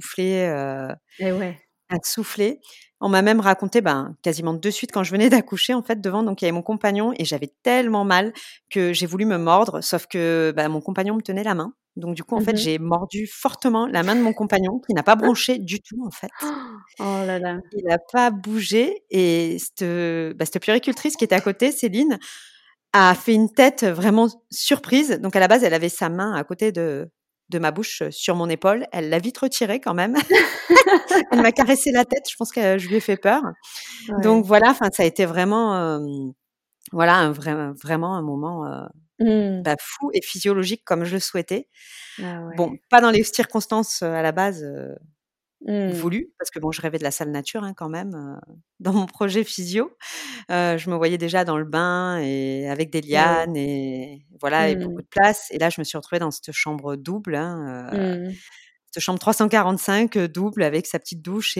Et ouais. a soufflé. On m'a même raconté, ben, quasiment de suite quand je venais d'accoucher, en fait, devant, donc il y avait mon compagnon et j'avais tellement mal que j'ai voulu me mordre, sauf que, bah, mon compagnon me tenait la main. Donc du coup, en fait, Mmh. j'ai mordu fortement la main de mon compagnon qui n'a pas bronché du tout, en fait. Oh là là. Il a pas bougé et cette puéricultrice qui était à côté, Céline, a fait une tête vraiment surprise. Donc à la base, elle avait sa main à côté de ma bouche, sur mon épaule. Elle l'a vite retirée quand même. Elle m'a caressé la tête, je pense que je lui ai fait peur. Donc Ouais. voilà, enfin ça a été vraiment, voilà vraiment un moment, Mmh. bah, fou et physiologique comme je le souhaitais. Ah Bon, ouais. pas dans les circonstances, à la base, Mmh. voulues, parce que bon, je rêvais de la salle nature, hein, quand même, dans mon projet physio. Je me voyais déjà dans le bain et avec des Oui. lianes et voilà et beaucoup Mmh. de place et là, je me suis retrouvée dans cette chambre double, hein, Mmh. cette chambre 345, double avec sa petite douche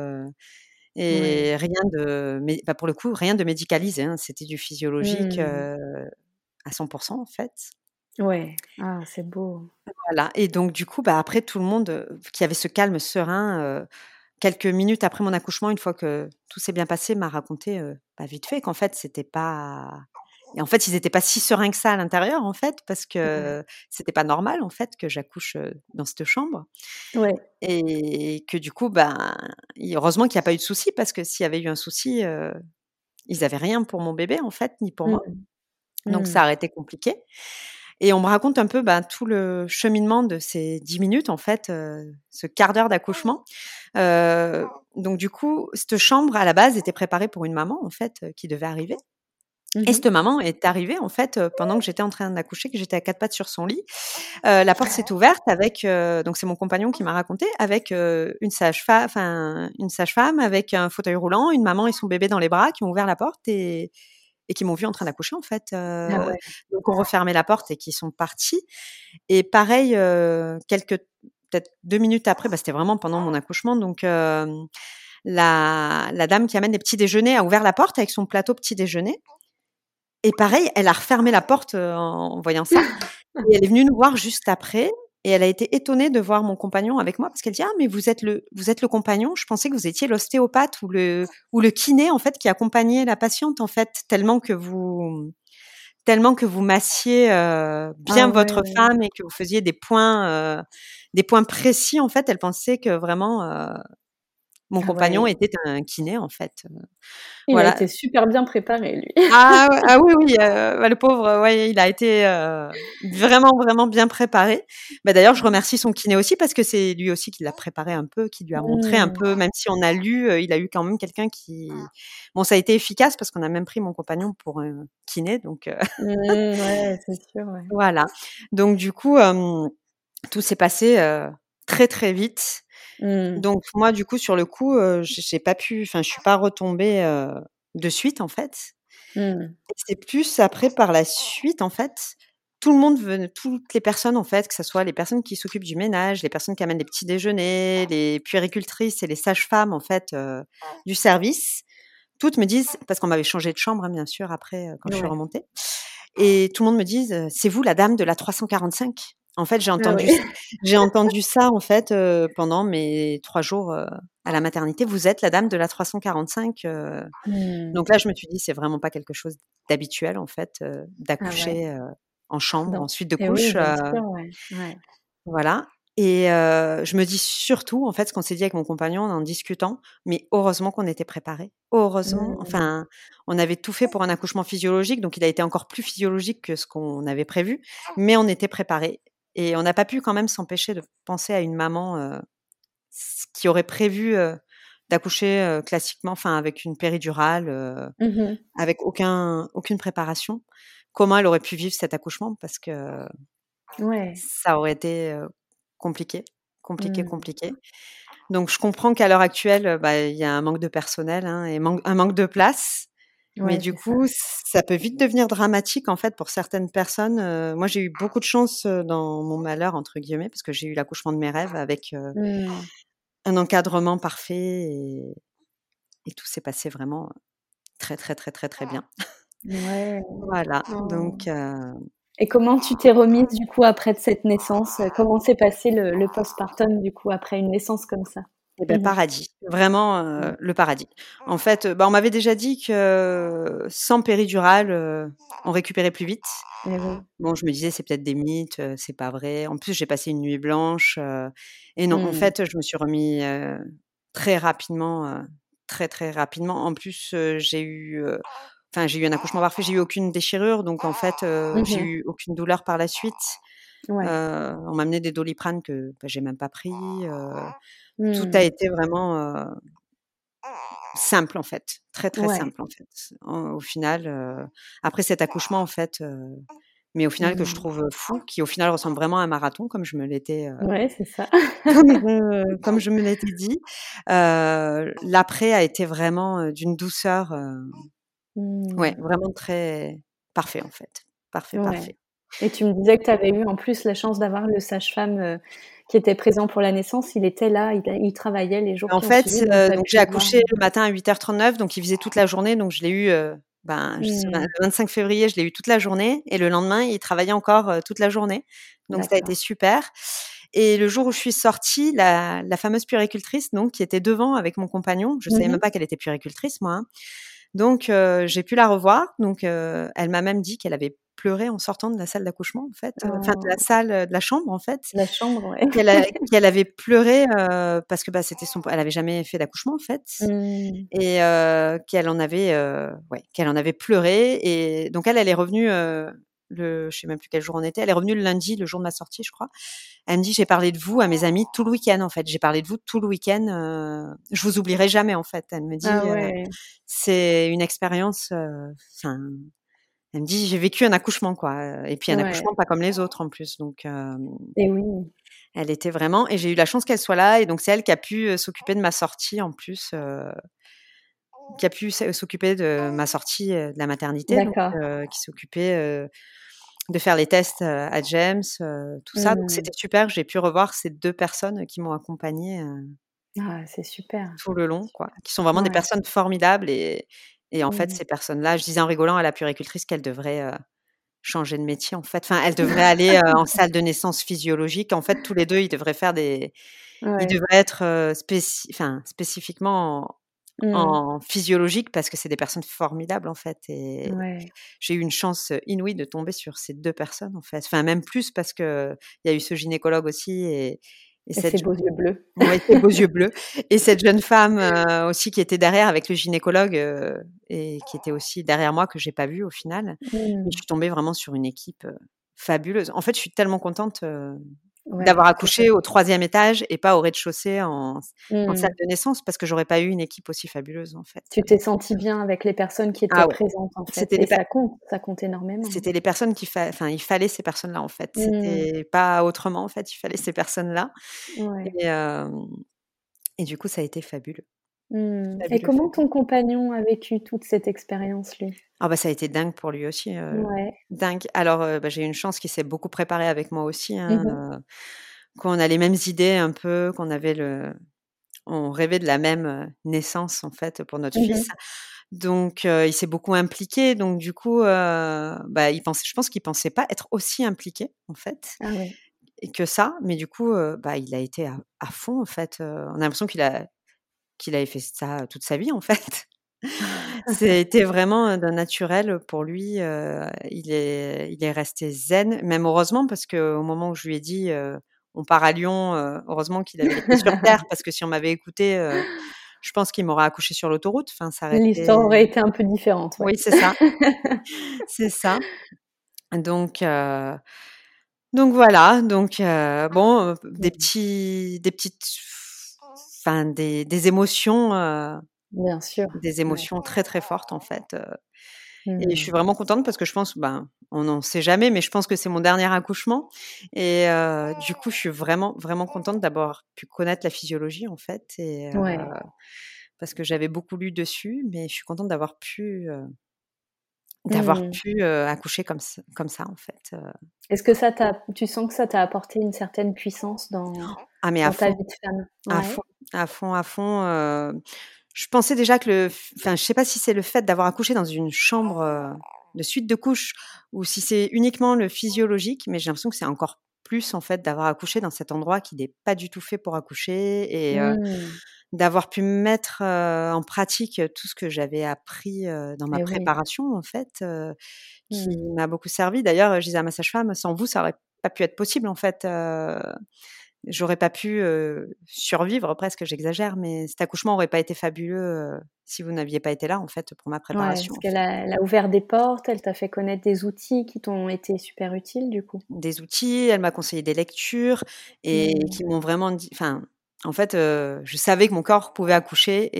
Ouais. et rien de mais bah, pour le coup, rien de médicalisé, hein. C'était du physiologique, Mmh. à 100 en fait. Ouais. Ah, c'est beau. Voilà et donc du coup, bah, après tout le monde, qui avait ce calme serein, quelques minutes après mon accouchement, une fois que tout s'est bien passé, m'a raconté, bah, vite fait qu'en fait, c'était pas et en fait, ils étaient pas si sereins que ça à l'intérieur, en fait, parce Ouais. que c'était pas normal, en fait, que j'accouche, dans cette chambre Ouais. et que du coup, ben, heureusement qu'il y a pas eu de souci parce que s'il y avait eu un souci, ils avaient rien pour mon bébé, en fait, ni pour moi. Mmh. Donc Mmh. ça aurait été compliqué et on me raconte un peu, ben, tout le cheminement de ces 10 minutes, en fait, ce quart d'heure d'accouchement. Heu, donc du coup, cette chambre, à la base, était préparée pour une maman, en fait, qui devait arriver Mmh et mh. cette maman est arrivée, en fait, pendant que j'étais en train d'accoucher, que j'étais à 4 pattes sur son lit. La porte s'est ouverte avec, donc c'est mon compagnon qui m'a raconté, avec, une sage-femme avec un fauteuil roulant, une maman et son bébé dans les bras qui ont ouvert la porte et qui m'ont vue en train d'accoucher, en fait, Ah ouais. donc ont refermé la porte et qui sont partis et pareil, peut-être 2 minutes après, bah, c'était vraiment pendant mon accouchement, donc la dame qui amène les petits déjeuners a ouvert la porte avec son plateau petit déjeuner et pareil, elle a refermé la porte, en voyant ça et elle est venue nous voir juste après et elle a été étonnée de voir mon compagnon avec moi parce qu'elle dit: «Ah mais vous êtes le compagnon? Je pensais que vous étiez l'ostéopathe ou le kiné en fait qui accompagnait la patiente en fait, tellement que vous massiez, Ah bien ouais. votre femme et que vous faisiez des points précis en fait». Elle pensait que vraiment, mon Ah compagnon ouais. était un kiné en fait, Il a voilà. été super bien préparé lui. Ah ouais, ah oui, oui, bah, le pauvre, ouais, il a été, vraiment, vraiment bien préparé. Bah, d'ailleurs, je remercie son kiné aussi parce que c'est lui aussi qui l'a préparé un peu, qui lui a montré un Mmh. peu, même si on a lu, il a eu quand même quelqu'un qui bon, ça a été efficace parce qu'on a même pris mon compagnon pour un kiné, donc Mmh, ouais, c'est sûr, ouais. voilà. Donc du coup, tout s'est passé, très, très vite. Mmh. Donc moi, du coup, sur le coup, j'ai pas pu enfin, je suis pas retombée, de suite, en fait. Mmh. Et c'est plus après par la suite, en fait, tout le monde venait toutes les personnes, en fait, que ça soit les personnes qui s'occupent du ménage, les personnes qui amènent les petits déjeuners, les puéricultrices et les sages-femmes, en fait, du service, toutes me disent parce qu'on m'avait changé de chambre, hein, bien sûr, après, quand je suis Ouais. remontée et tout le monde me dise, «C'est vous la dame de la 345?» En fait, Ah ouais. j'ai entendu ça, en fait, pendant mes 3 jours, à la maternité. «Vous êtes la dame de la 345?» Mmh. Donc là, je me suis dit: «C'est vraiment pas quelque chose d'habituel, en fait, Ah ouais. d'accoucher, en chambre, Non. en suite de Et oui, couches», bien sûr, ouais. Ouais. voilà et je me dis surtout, en fait, ce qu'on s'est dit avec mon compagnon en discutant, mais heureusement qu'on était préparés. Heureusement, Mmh. enfin, on avait tout fait pour un accouchement physiologique, donc il a été encore plus physiologique que ce qu'on avait prévu, mais on était préparés et on n'a pas pu quand même s'empêcher de penser à une maman, qui aurait prévu, d'accoucher, classiquement, enfin avec une péridurale, Mmh mh. avec aucune préparation. Comment elle aurait pu vivre cet accouchement? Parce que Ouais. ça aurait été, compliqué, compliqué, Mmh. compliqué. Donc je comprends qu'à l'heure actuelle, bah, il y a un manque de personnel, hein et un manque de place. Mais Ouais, du c'est ça. coup, ça peut vite devenir dramatique, en fait, pour certaines personnes. Moi, j'ai eu beaucoup de chance, dans mon «malheur» entre guillemets, parce que j'ai eu l'accouchement de mes rêves avec, Mmh. un encadrement parfait et tout s'est passé vraiment très, très, très, très, très bien. Ouais. Voilà, Oh. donc Et comment tu t'es remise du coup après de cette naissance? Comment s'est passé le postpartum du coup après une naissance comme ça? et bah, Mmh paradis, vraiment, mh. le paradis. En fait, on m'avait déjà dit que sans péridurale, on récupérait plus vite. Et oui. Bon, je me disais: «C'est peut-être des mythes, c'est pas vrai». En plus, j'ai passé une nuit blanche, et non, en Mmh. fait, je me suis remis, très rapidement, très, très rapidement. En plus, j'ai eu un accouchement parfait, j'ai eu aucune déchirure, donc en fait, j'ai Mmh. eu aucune douleur par la suite. Ouais. On m'a amené des Doliprane que, j'ai même pas pris, tout a Mmh. été vraiment, simple, en fait, très, très Ouais. simple, en fait. Au final, après cet accouchement, en fait, mais au final que je Mmh. trouve, fou, qui au final ressemble vraiment à un marathon comme je me l'étais, Ouais, c'est ça. comme je me l'étais dit. L'après a été vraiment, d'une douceur, ouais, Mmh. vraiment très parfait, en fait. Parfait, Ouais. parfait. Et tu me disais que tu avais eu en plus la chance d'avoir le sage-femme, qui était présent pour la naissance. Il était là, il travaillait les jours En qui ont fait, suivi, donc tu as donc pu j'ai le voir. accouché le matin à 8h39, donc il faisait toute la journée, donc je l'ai eu, je sais pas, Mmh. le 25 février, je l'ai eu toute la journée et le lendemain, il travaillait encore, toute la journée, donc ça a été D'accord. super. Et le jour où je suis sortie, la fameuse puéricultrice, donc qui était devant avec mon compagnon, je savais Mmh même mh. pas qu'elle était puéricultrice moi, hein. Donc j'ai pu la revoir, donc elle m'a même dit qu'elle avait pleuré en sortant de la salle d'accouchement, en fait, enfin de la Oh, salle, de la chambre, en fait. la chambre, ouais. Qu'elle avait pleuré, parce que, c'était elle avait jamais fait d'accouchement, en fait, Mmh. et qu'elle en avait pleuré, et donc elle est revenue, je sais même plus quel jour on était. Elle est revenue le lundi, le jour de ma sortie, je crois. Elle me dit: «J'ai parlé de vous à mes amis tout le week-end, en fait. J'ai parlé de vous tout le week-end, je vous oublierai jamais», en fait. Elle me Ah dit, ouais. «C'est une expérience, enfin», elle me dit: «J'ai vécu un accouchement, quoi», et puis un Ouais. accouchement pas comme les autres, en plus, donc Et oui. elle était vraiment, et j'ai eu la chance qu'elle soit là, et donc c'est elle qui a pu, s'occuper de ma sortie en plus, qui a pu s'occuper de ma sortie, de la maternité, donc D'accord. qui s'occupait, de faire les tests, à James, tout ça, donc Mmh. c'était super. J'ai pu revoir ces 2 personnes qui m'ont accompagnée, Ah, c'est super. tout le long, Su quoi, qui sont vraiment des Ouais. personnes formidables, et en fait, Mmh. ces personnes-là, je disais en rigolant à la puéricultrice qu'elle devrait, changer de métier, en fait. Enfin, elle devrait aller, en salle de naissance physiologique. En fait, tous les 2, ils devraient faire ils Ouais. devraient être, spécifiquement Mmh. en physiologique, parce que c'est des personnes formidables, en fait, et Ouais. j'ai eu une chance, inouïe de tomber sur ces 2 personnes, en fait. Enfin, même plus, parce qu'il y a eu ce gynécologue aussi, et Et cette ses beaux yeux bleus. ouais, ces beaux yeux bleus, et cette jeune femme, aussi qui était derrière avec le gynécologue, et qui était aussi derrière moi, que j'ai pas vue au final. Mais je Mmh. suis tombée vraiment sur une équipe, fabuleuse. En fait, je suis tellement contente, Ouais, d'avoir que ça accouché au 3e étage et pas au rez-de-chaussée en salle mmh. de naissance, parce que j'aurais pas eu une équipe aussi fabuleuse, en fait. Tu t'es sentie bien avec les personnes qui étaient Ah ouais, présentes, en fait, c'était et les per ça compte énormément, hein. c'était les personnes il fallait ces personnes-là, en fait. Mmh. C'était pas autrement, en fait, il fallait ces personnes-là, Ouais. et hem et du coup, ça a été fabuleux, Mmh. Et fabuleux, comment fabuleux. ton compagnon a vécu toute cette expérience, lui? Ah bah, ça a été dingue pour lui aussi, Ouais. dingue. Alors, j'ai eu une chance qu'il s'est beaucoup préparé avec moi aussi, Mmh hein, mh. qu'on a les mêmes idées un peu, on rêvait de la même, naissance, en fait, pour notre Mmh fils. mh. Donc, il s'est beaucoup impliqué, donc du coup, je pense qu'il pensait pas être aussi impliqué, en fait, Ah ouais. et que ça, mais du coup, il a été à fond, en fait, on a l'impression qu'il avait fait ça toute sa vie, en fait. C'était vraiment, d'un naturel pour lui, il est resté zen, même heureusement, parce qu'au moment où je lui ai dit, «On part à Lyon», heureusement qu'il avait les pieds sur terre, parce que si on m'avait écoutée, je pense qu'il m'aurait accouchée sur l'autoroute. Enfin, ça aurait L'histoire été aurait été un peu différente, ouais. oui, c'est ça, c'est ça. Donc voilà, bon, Mmh. des petites enfin Bien sûr, des ouais. émotions très, très fortes, en fait, et je suis Mmh. vraiment contente, parce que je pense, on n'en sait jamais, mais je pense que c'est mon dernier accouchement, et du coup, je suis vraiment, vraiment contente d'avoir pu connaître la physiologie, en fait, Ouais. parce que j'avais beaucoup lu dessus, mais je suis contente d'avoir pu, d'avoir Mmh. pu, accoucher comme ça, en fait, Est-ce que tu sens que ça t'a apporté une certaine puissance Ah mais à dans ta fond, vie de femme? à Ouais. fond, à fond, à fond, je pensais déjà que enfin, je sais pas si c'est le fait d'avoir accouché dans une chambre, de suite de couches ou si c'est uniquement le physiologique, mais j'ai l'impression que c'est encore plus, en fait, d'avoir accouché dans cet endroit qui n'est pas du tout fait pour accoucher et Mmh. d'avoir pu mettre, en pratique, tout ce que j'avais appris, dans ma Et oui. préparation, en fait, qui Mmh. m'a beaucoup servi. D'ailleurs, je disais à ma sage-femme: «Sans vous, ça aurait pas pu être possible, en fait, j'aurais pas pu, survivre presque, j'exagère, mais cet accouchement aurait pas été fabuleux, si vous n'aviez pas été là, en fait, pour ma Ouais, préparation, parce en qu'elle fait. a elle a ouvert des portes, elle t'a fait connaître des outils qui t'ont été super utiles, du coup? Des outils, elle m'a conseillé des lectures et Mmh. qui m'ont vraiment dit enfin, en fait, je savais que mon corps pouvait accoucher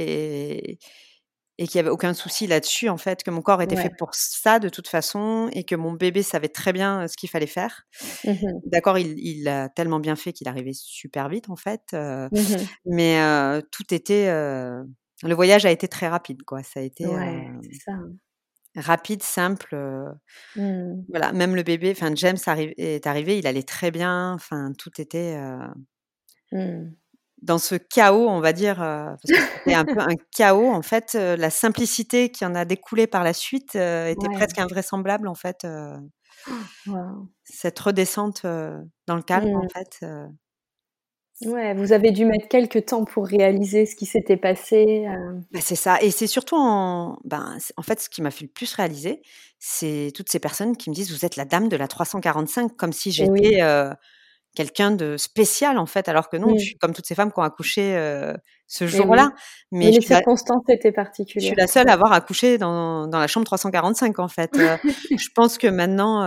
et qu'il y avait aucun souci là-dessus, en fait, que mon corps était Ouais. fait pour ça de toute façon et que mon bébé savait très bien, ce qu'il fallait faire. Mmh mh. D'accord, il l'a tellement bien fait qu'il arrivait super vite, en fait, Mmh mh. mais tout était, le voyage a été très rapide, quoi. Ça a été, Ouais, c'est ça, hein. rapide, simple, Mmh. voilà, même le bébé enfin James est arrivé, il allait très bien, enfin tout était, Mmh. dans ce chaos, on va dire, parce que c'était un peu un chaos, en fait, la simplicité qui en a découlé par la suite, était Ouais. presque invraisemblable, en fait, Waouh. cette redescente, dans le calme, en Mmh. fait, Ouais, vous avez dû mettre quelque temps pour réaliser ce qui s'était passé, bah, c'est ça et c'est surtout en fait, ce qui m'a fait le plus réaliser, c'est toutes ces personnes qui me disent: «Vous êtes la dame de la 345», comme si et oui. j'étais, quelqu'un de spécial, en fait, alors que non, je Mmh. suis comme toutes ces femmes qui ont accouché, ce Et oui. jour-là, mais Mais les circonstances étaient je suis particulières la pour seule à toi. avoir accouché dans la chambre 345, en fait, je pense que maintenant,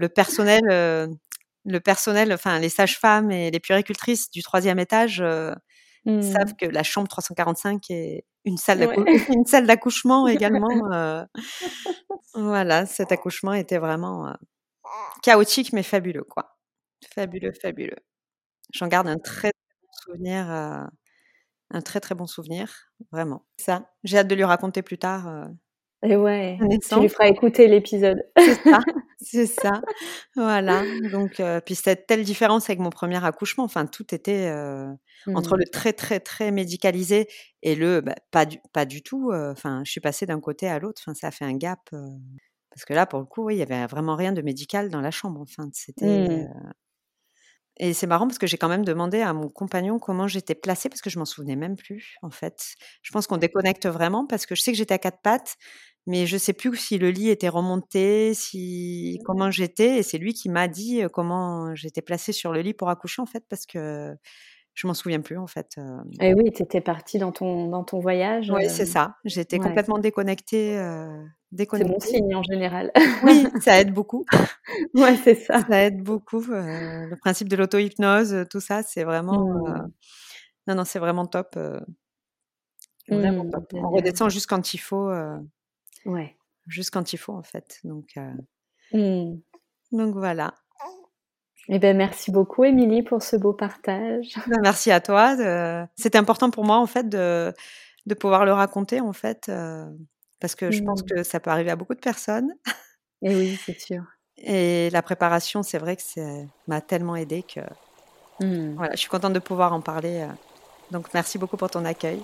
le personnel, enfin les sages-femmes et les puéricultrices du 3e étage, savent Mmh. que la chambre 345 est une salle Ouais. une salle d'accouchement également, voilà, cet accouchement était vraiment, chaotique mais fabuleux, quoi. Fabuleux, fabuleux. J'en garde un très, très bon souvenir, un très, très bon souvenir, vraiment. Ça, j'ai hâte de lui raconter plus tard, Et ouais, sa tu lui naissance. feras écouter l'épisode. C'est ça, voilà, donc puis cette telle différence avec mon premier accouchement, enfin tout était, entre Mmh. le très, très, très médicalisé et le, bah, pas du tout, enfin je suis passée d'un côté à l'autre, enfin ça a fait un gap, parce que là pour le coup, oui, il y avait vraiment rien de médical dans la chambre, enfin c'était, Mmh. et c'est marrant parce que j'ai quand même demandé à mon compagnon comment j'étais placée parce que je m'en souvenais même plus, en fait. Je pense qu'on déconnecte vraiment parce que je sais que j'étais à 4 pattes, mais je sais plus si le lit était remonté, si comment j'étais et c'est lui qui m'a dit, comment j'étais placée sur le lit pour accoucher, en fait, parce que je m'en souviens plus, en fait, Et oui, tu étais partie dans ton voyage, Oui, c'est ça. J'étais ouais, complètement déconnectée, c'est bon déconnectée. signe en général. Oui, ça aide beaucoup. Ouais, c'est ça. Ça aide beaucoup, le principe de l'auto-hypnose, tout ça, c'est vraiment, Mmh. non, non, c'est vraiment top, vraiment Mmh, top. On génial. redescend Ouais. juste quand il faut, en fait, Mmh. donc voilà. Et beh, merci beaucoup Émilie pour ce beau partage. Bah, merci à toi, c'était important pour moi, en fait, de pouvoir le raconter, en fait, parce que je pense Mmh. que ça peut arriver à beaucoup de personnes Et oui, c'est sûr. et la préparation, c'est vrai que ça m'a tellement aidée que, Mmh. voilà, je suis contente de pouvoir en parler, donc merci beaucoup pour ton accueil.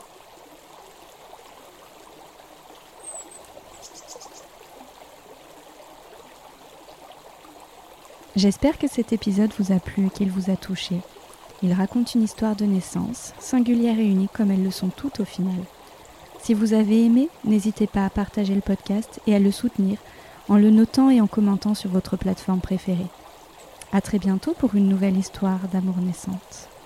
J'espère que cet épisode vous a plu et qu'il vous a touché. Il raconte une histoire de naissance, singulière et unique comme elles le sont toutes au final. Si vous avez aimé, n'hésitez pas à partager le podcast et à le soutenir en le notant et en commentant sur votre plateforme préférée. À très bientôt pour une nouvelle histoire d'amour naissante.